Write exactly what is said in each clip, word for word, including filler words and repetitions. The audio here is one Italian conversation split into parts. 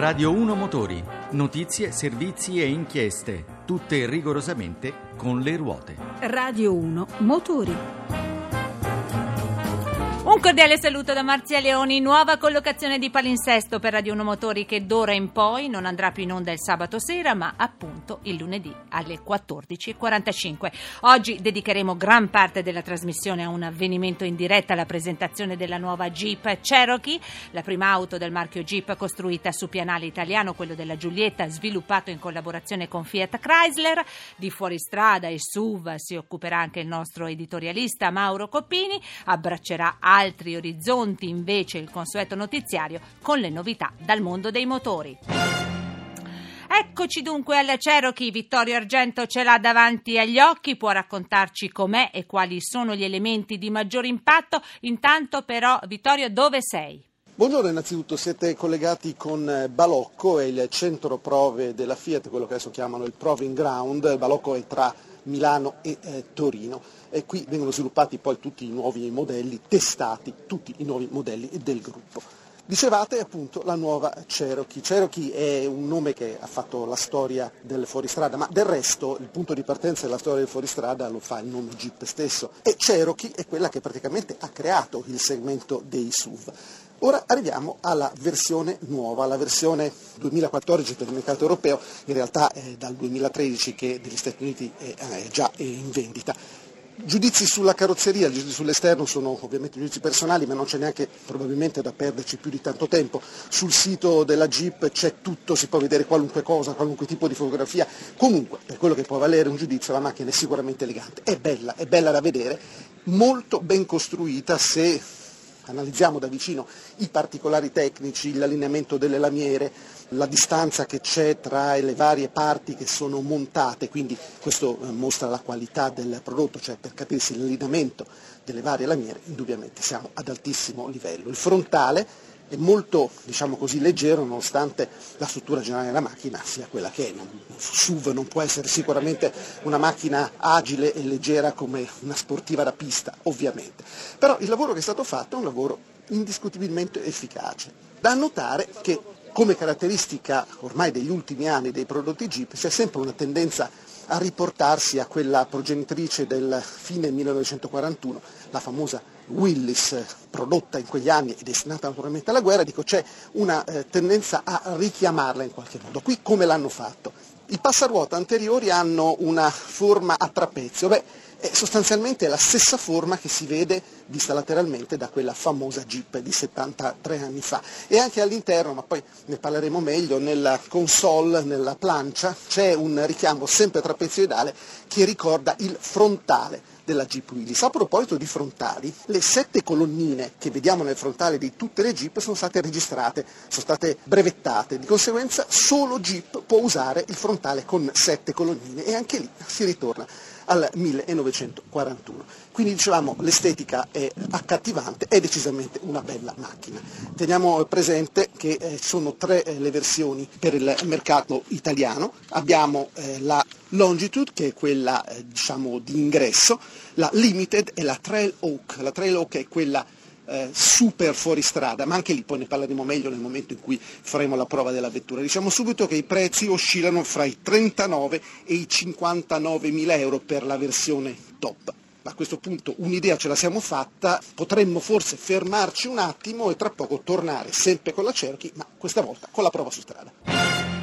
Radio uno Motori, notizie, servizi e inchieste, tutte rigorosamente con le ruote. Radio uno Motori. Un cordiale saluto da Marzia Leoni. Nuova collocazione di palinsesto per Radio uno Motori, che d'ora in poi non andrà più in onda il sabato sera, ma appunto il lunedì alle quattordici e quarantacinque. Oggi dedicheremo gran parte della trasmissione a un avvenimento in diretta, alla presentazione della nuova Jeep Cherokee, la prima auto del marchio Jeep costruita su pianale italiano, quello della Giulietta, sviluppato in collaborazione con Fiat Chrysler. Di fuoristrada e S U V si occuperà anche il nostro editorialista Mauro Coppini. Abbraccerà altri orizzonti invece il consueto notiziario con le novità dal mondo dei motori. Eccoci dunque alla Cherokee. Vittorio Argento ce l'ha davanti agli occhi, può raccontarci com'è e quali sono gli elementi di maggior impatto. Intanto però, Vittorio, dove sei? Buongiorno, innanzitutto siete collegati con Balocco, è il centro prove della Fiat, quello che adesso chiamano il Proving Ground. Balocco è tra Milano e eh, Torino, e qui vengono sviluppati poi tutti i nuovi modelli, testati tutti i nuovi modelli del gruppo. Dicevate appunto la nuova Cherokee. Cherokee è un nome che ha fatto la storia del fuoristrada, ma del resto il punto di partenza della storia del fuoristrada lo fa il nome Jeep stesso, e Cherokee è quella che praticamente ha creato il segmento dei S U V. Ora arriviamo alla versione nuova, la versione duemilaquattordici per il mercato europeo, in realtà è dal duemilatredici che negli Stati Uniti è, è già in vendita. Giudizi sulla carrozzeria, giudizi sull'esterno sono ovviamente giudizi personali, ma non c'è neanche probabilmente da perderci più di tanto tempo. Sul sito della Jeep c'è tutto, si può vedere qualunque cosa, qualunque tipo di fotografia. Comunque, per quello che può valere un giudizio, la macchina è sicuramente elegante, è bella, è bella da vedere, molto ben costruita se analizziamo da vicino i particolari tecnici, l'allineamento delle lamiere, la distanza che c'è tra le varie parti che sono montate, quindi questo mostra la qualità del prodotto, cioè per capirsi l'allineamento delle varie lamiere, indubbiamente siamo ad altissimo livello. Il frontale è molto, diciamo così, leggero, nonostante la struttura generale della macchina sia quella che è. S U V non può essere sicuramente una macchina agile e leggera come una sportiva da pista, ovviamente. Però il lavoro che è stato fatto è un lavoro indiscutibilmente efficace. Da notare che, come caratteristica ormai degli ultimi anni dei prodotti Jeep, c'è sempre una tendenza a riportarsi a quella progenitrice del fine millenovecentoquarantuno, la famosa Willys, prodotta in quegli anni e destinata naturalmente alla guerra. Dico, c'è una eh, tendenza a richiamarla in qualche modo. Qui come l'hanno fatto? I passaruota anteriori hanno una forma a trapezio, beh, è sostanzialmente la stessa forma che si vede vista lateralmente da quella famosa Jeep di settantatré anni fa, e anche all'interno, ma poi ne parleremo meglio, nella console, nella plancia, c'è un richiamo sempre trapezioidale che ricorda il frontale della Jeep Willys. A proposito di frontali, le sette colonnine che vediamo nel frontale di tutte le Jeep sono state registrate, sono state brevettate, di conseguenza solo Jeep può usare il frontale con sette colonnine, e anche lì si ritorna al millenovecentoquarantuno. Quindi dicevamo, l'estetica è accattivante, è decisamente una bella macchina. Teniamo presente che eh, sono tre eh, le versioni per il mercato italiano. Abbiamo eh, la Longitude, che è quella eh, diciamo di ingresso, la Limited e la Trail Oak. La Trail Oak è quella Eh, super fuoristrada, ma anche lì poi ne parleremo meglio nel momento in cui faremo la prova della vettura. Diciamo subito che i prezzi oscillano fra i trentanove e i cinquantanovemila euro per la versione top. A questo punto un'idea ce la siamo fatta, potremmo forse fermarci un attimo e tra poco tornare sempre con la Cherokee, ma questa volta con la prova su strada.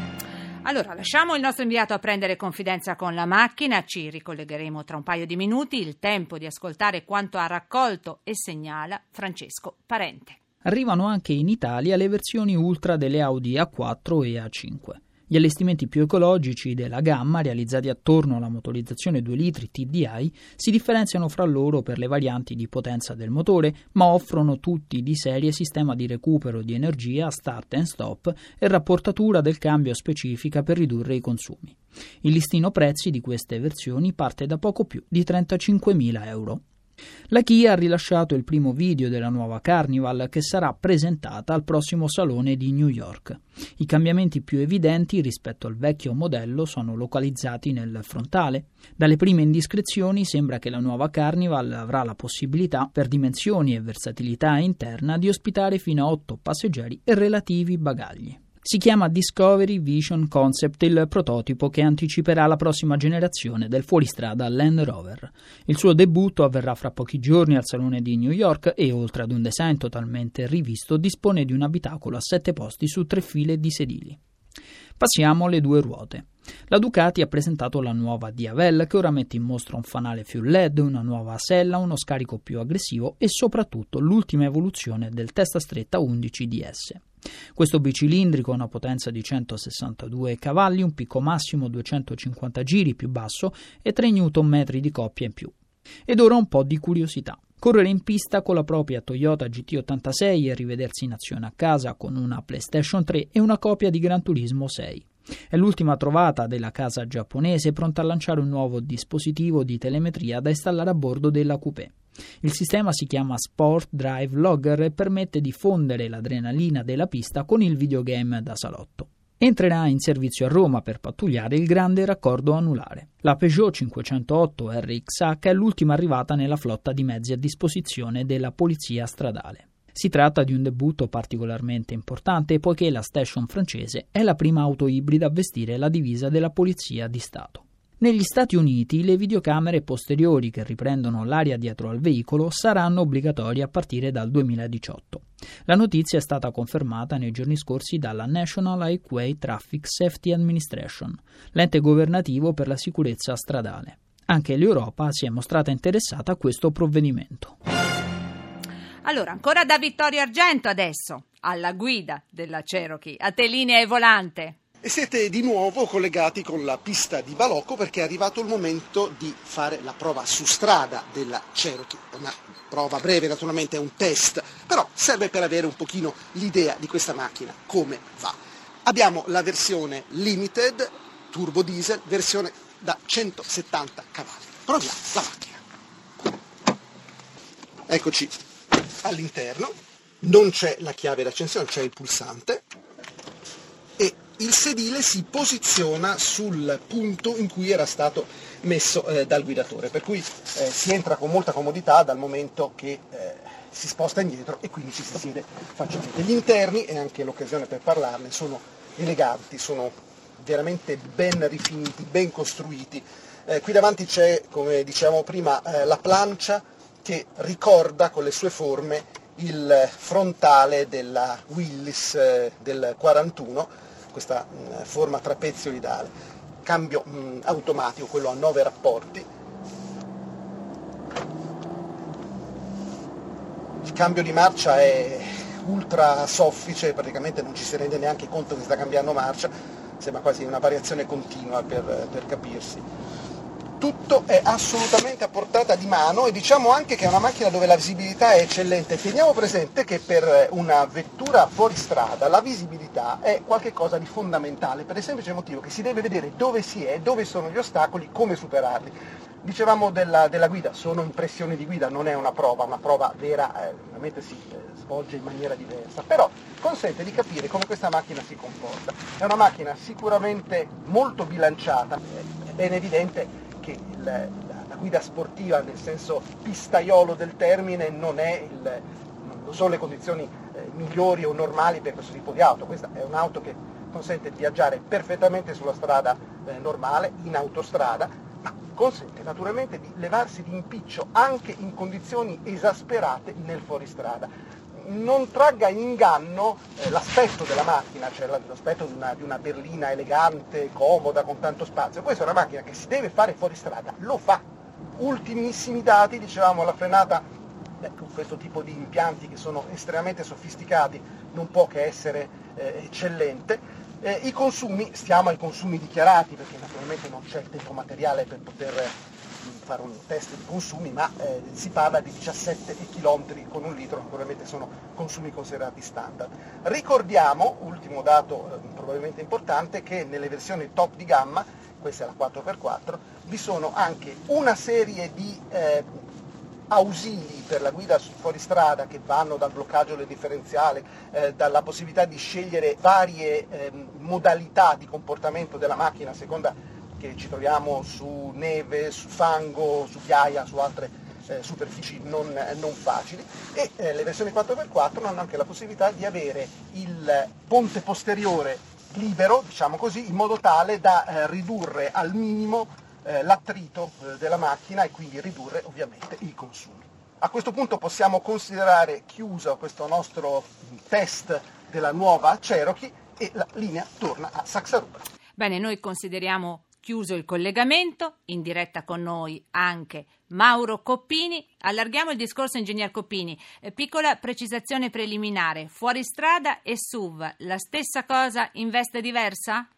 Allora, lasciamo il nostro inviato a prendere confidenza con la macchina, ci ricollegheremo tra un paio di minuti, il tempo di ascoltare quanto ha raccolto e segnala Francesco Parente. Arrivano anche in Italia le versioni ultra delle Audi A quattro e A cinque. Gli allestimenti più ecologici della gamma, realizzati attorno alla motorizzazione due litri T D I, si differenziano fra loro per le varianti di potenza del motore, ma offrono tutti di serie sistema di recupero di energia, start and stop e rapportatura del cambio specifica per ridurre i consumi. Il listino prezzi di queste versioni parte da poco più di trentacinquemila euro. La Kia ha rilasciato il primo video della nuova Carnival, che sarà presentata al prossimo salone di New York. I cambiamenti più evidenti rispetto al vecchio modello sono localizzati nel frontale. Dalle prime indiscrezioni sembra che la nuova Carnival avrà la possibilità, per dimensioni e versatilità interna, di ospitare fino a otto passeggeri e relativi bagagli. Si chiama Discovery Vision Concept, il prototipo che anticiperà la prossima generazione del fuoristrada Land Rover. Il suo debutto avverrà fra pochi giorni al Salone di New York e, oltre ad un design totalmente rivisto, dispone di un abitacolo a sette posti su tre file di sedili. Passiamo alle due ruote. La Ducati ha presentato la nuova Diavel, che ora mette in mostra un fanale più L E D, una nuova sella, uno scarico più aggressivo e soprattutto l'ultima evoluzione del testa stretta undici D S. Questo bicilindrico ha una potenza di centosessantadue cavalli, un picco massimo duecentocinquanta giri più basso e tre newton metri di coppia in più. Ed ora un po' di curiosità. Correre in pista con la propria Toyota G T ottantasei e rivedersi in azione a casa con una PlayStation tre e una copia di Gran Turismo sei. È l'ultima trovata della casa giapponese, pronta a lanciare un nuovo dispositivo di telemetria da installare a bordo della coupé. Il sistema si chiama Sport Drive Logger e permette di fondere l'adrenalina della pista con il videogame da salotto. Entrerà in servizio a Roma per pattugliare il grande raccordo anulare. La Peugeot cinquecentootto R X H è l'ultima arrivata nella flotta di mezzi a disposizione della polizia stradale. Si tratta di un debutto particolarmente importante poiché la Station francese è la prima auto ibrida a vestire la divisa della Polizia di Stato. Negli Stati Uniti le videocamere posteriori che riprendono l'area dietro al veicolo saranno obbligatorie a partire dal duemiladiciotto. La notizia è stata confermata nei giorni scorsi dalla National Highway Traffic Safety Administration, l'ente governativo per la sicurezza stradale. Anche l'Europa si è mostrata interessata a questo provvedimento. Allora, ancora da Vittorio Argento adesso, alla guida della Cherokee. A te linea e volante. E siete di nuovo collegati con la pista di Balocco perché è arrivato il momento di fare la prova su strada della Cherokee. Una prova breve, naturalmente è un test, però serve per avere un pochino l'idea di questa macchina, come va. Abbiamo la versione Limited, turbo diesel, versione da centosettanta cavalli. Proviamo la macchina. Eccoci all'interno, non c'è la chiave d'accensione, c'è il pulsante e il sedile si posiziona sul punto in cui era stato messo eh, dal guidatore, per cui eh, si entra con molta comodità dal momento che eh, si sposta indietro e quindi ci si siede facilmente. Gli interni, e anche l'occasione per parlarne, sono eleganti, sono veramente ben rifiniti, ben costruiti. Eh, qui davanti c'è, come dicevamo prima, eh, la plancia che ricorda con le sue forme il frontale della Willys eh, del quarantuno, questa mh, forma trapezioidale. Cambio mh, automatico, quello a nove rapporti. Il cambio di marcia è ultra soffice, praticamente non ci si rende neanche conto che si sta cambiando marcia, sembra quasi una variazione continua per, per capirsi. Tutto è assolutamente a portata di mano e diciamo anche che è una macchina dove la visibilità è eccellente. Teniamo presente che per una vettura fuoristrada la visibilità è qualcosa di fondamentale per il semplice motivo che si deve vedere dove si è, dove sono gli ostacoli, come superarli. Dicevamo della, della guida, sono impressioni di guida, non è una prova, una prova vera, eh, ovviamente si eh, svolge in maniera diversa, però consente di capire come questa macchina si comporta. È una macchina sicuramente molto bilanciata, è ben evidente che il, la, la guida sportiva nel senso pistaiolo del termine non, è il, non sono le condizioni eh, migliori o normali per questo tipo di auto. Questa è un'auto che consente di viaggiare perfettamente sulla strada eh, normale, in autostrada, ma consente naturalmente di levarsi di impiccio anche in condizioni esasperate nel fuoristrada. Non tragga in inganno eh, l'aspetto della macchina, cioè l'aspetto di una, di una berlina elegante, comoda, con tanto spazio. Questa è una macchina che si deve fare fuori strada, lo fa. Ultimissimi dati, dicevamo, la frenata, beh, con questo tipo di impianti che sono estremamente sofisticati, non può che essere eh, eccellente. Eh, I consumi, stiamo ai consumi dichiarati, perché naturalmente non c'è il tempo materiale per poter fare un test di consumi, ma eh, si parla di diciassette chilometri con un litro, naturalmente sono consumi considerati standard. Ricordiamo, ultimo dato eh, probabilmente importante, che nelle versioni top di gamma, questa è la quattro per quattro, vi sono anche una serie di eh, ausili per la guida fuori strada che vanno dal bloccaggio del differenziale, eh, dalla possibilità di scegliere varie eh, modalità di comportamento della macchina a seconda che ci troviamo su neve, su fango, su ghiaia, su altre eh, superfici non, eh, non facili, e eh, le versioni quattro per quattro hanno anche la possibilità di avere il ponte posteriore libero, diciamo così, in modo tale da eh, ridurre al minimo eh, l'attrito eh, della macchina e quindi ridurre ovviamente i consumi. A questo punto possiamo considerare chiuso questo nostro test della nuova Cherokee e la linea torna a Saxaruga. Bene, noi consideriamo chiuso il collegamento, in diretta con noi anche Mauro Coppini. Allarghiamo il discorso, ingegner Coppini. Eh, piccola precisazione preliminare: fuoristrada e S U V, la stessa cosa in veste diversa?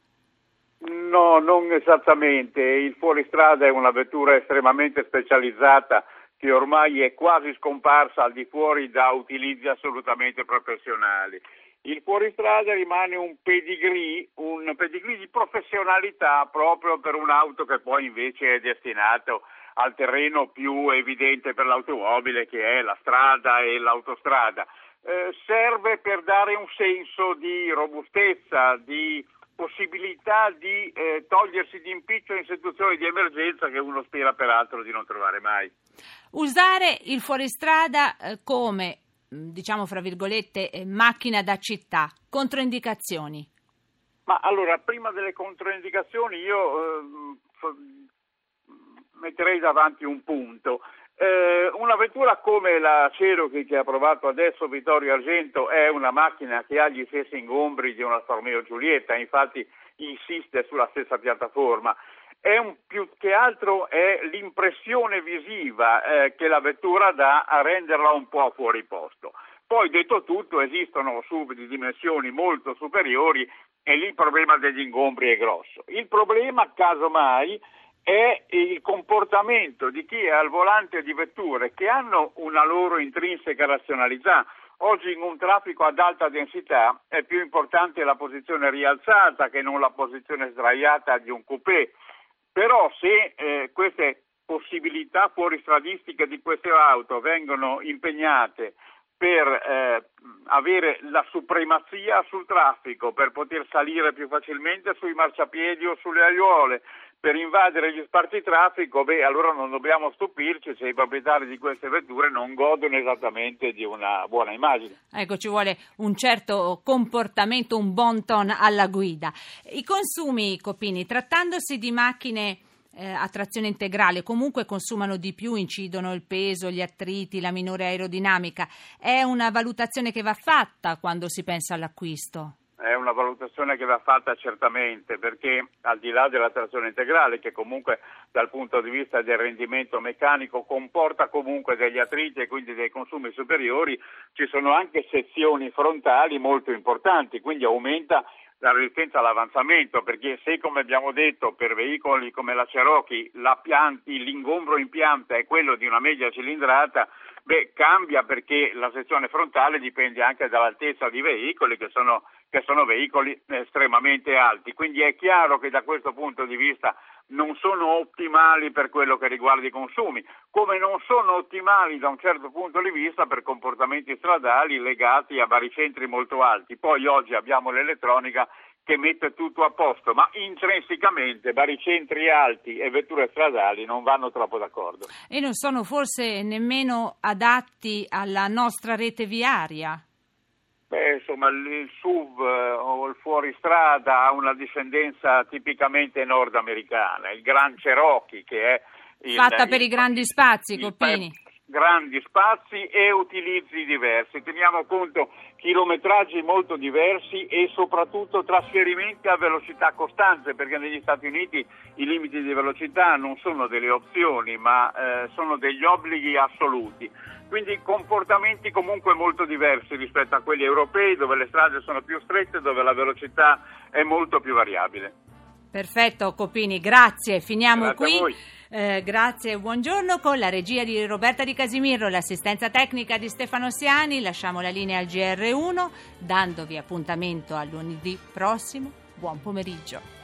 No, non esattamente. Il fuoristrada è una vettura estremamente specializzata che ormai è quasi scomparsa al di fuori da utilizzi assolutamente professionali. Il fuoristrada rimane un pedigree, un pedigree di professionalità proprio per un'auto che poi invece è destinato al terreno più evidente per l'automobile, che è la strada e l'autostrada. Eh, serve per dare un senso di robustezza, di possibilità di eh, togliersi di impiccio in situazioni di emergenza che uno spera peraltro di non trovare mai. Usare il fuoristrada eh, come, diciamo fra virgolette, eh, macchina da città, controindicazioni? Ma allora, prima delle controindicazioni io eh, metterei davanti un punto. Eh, una vettura come la Cherokee che ha provato adesso Vittorio Argento è una macchina che ha gli stessi ingombri di una Alfa Romeo Giulietta, infatti insiste sulla stessa piattaforma. È un, più che altro è l'impressione visiva eh, che la vettura dà a renderla un po' fuori posto. Poi, detto tutto, esistono S U V di dimensioni molto superiori e lì il problema degli ingombri è grosso. Il problema, casomai, è il comportamento di chi è al volante di vetture che hanno una loro intrinseca razionalità. Oggi in un traffico ad alta densità è più importante la posizione rialzata che non la posizione sdraiata di un coupé. Però se eh, queste possibilità fuoristradistiche di queste auto vengono impegnate per eh, avere la supremazia sul traffico, per poter salire più facilmente sui marciapiedi o sulle aiuole, per invadere gli spartitraffico, beh, allora non dobbiamo stupirci se i proprietari di queste vetture non godono esattamente di una buona immagine. Ecco, ci vuole un certo comportamento, un bon ton alla guida. I consumi, Coppini, trattandosi di macchine eh, a trazione integrale, comunque consumano di più, incidono il peso, gli attriti, la minore aerodinamica. È una valutazione che va fatta quando si pensa all'acquisto? È una valutazione che va fatta certamente, perché al di là della trazione integrale, che comunque dal punto di vista del rendimento meccanico comporta comunque degli attriti e quindi dei consumi superiori, ci sono anche sezioni frontali molto importanti, quindi aumenta la resistenza all'avanzamento, perché se, come abbiamo detto, per veicoli come la Cherokee la pianti, l'ingombro in pianta è quello di una media cilindrata, beh, cambia perché la sezione frontale dipende anche dall'altezza di veicoli che sono, che sono veicoli estremamente alti, quindi è chiaro che da questo punto di vista non sono ottimali per quello che riguarda i consumi, come non sono ottimali da un certo punto di vista per comportamenti stradali legati a baricentri molto alti. Poi oggi abbiamo l'elettronica che mette tutto a posto, ma intrinsecamente baricentri alti e vetture stradali non vanno troppo d'accordo. E non sono forse nemmeno adatti alla nostra rete viaria? Beh, insomma, il S U V o il fuoristrada ha una discendenza tipicamente nordamericana, il Grand Cherokee che è il, fatta per il, i grandi spazi, il, Coppini. Grandi spazi e utilizzi diversi, teniamo conto chilometraggi molto diversi e soprattutto trasferimenti a velocità costanze, perché negli Stati Uniti i limiti di velocità non sono delle opzioni ma eh, sono degli obblighi assoluti, quindi comportamenti comunque molto diversi rispetto a quelli europei, dove le strade sono più strette, dove la velocità è molto più variabile. Perfetto, Coppini, grazie, finiamo Grazie qui. a voi. Eh, grazie e buongiorno. Con la regia di Roberta Di Casimirro, l'assistenza tecnica di Stefano Siani, lasciamo la linea al G R uno dandovi appuntamento a lunedì prossimo. Buon pomeriggio.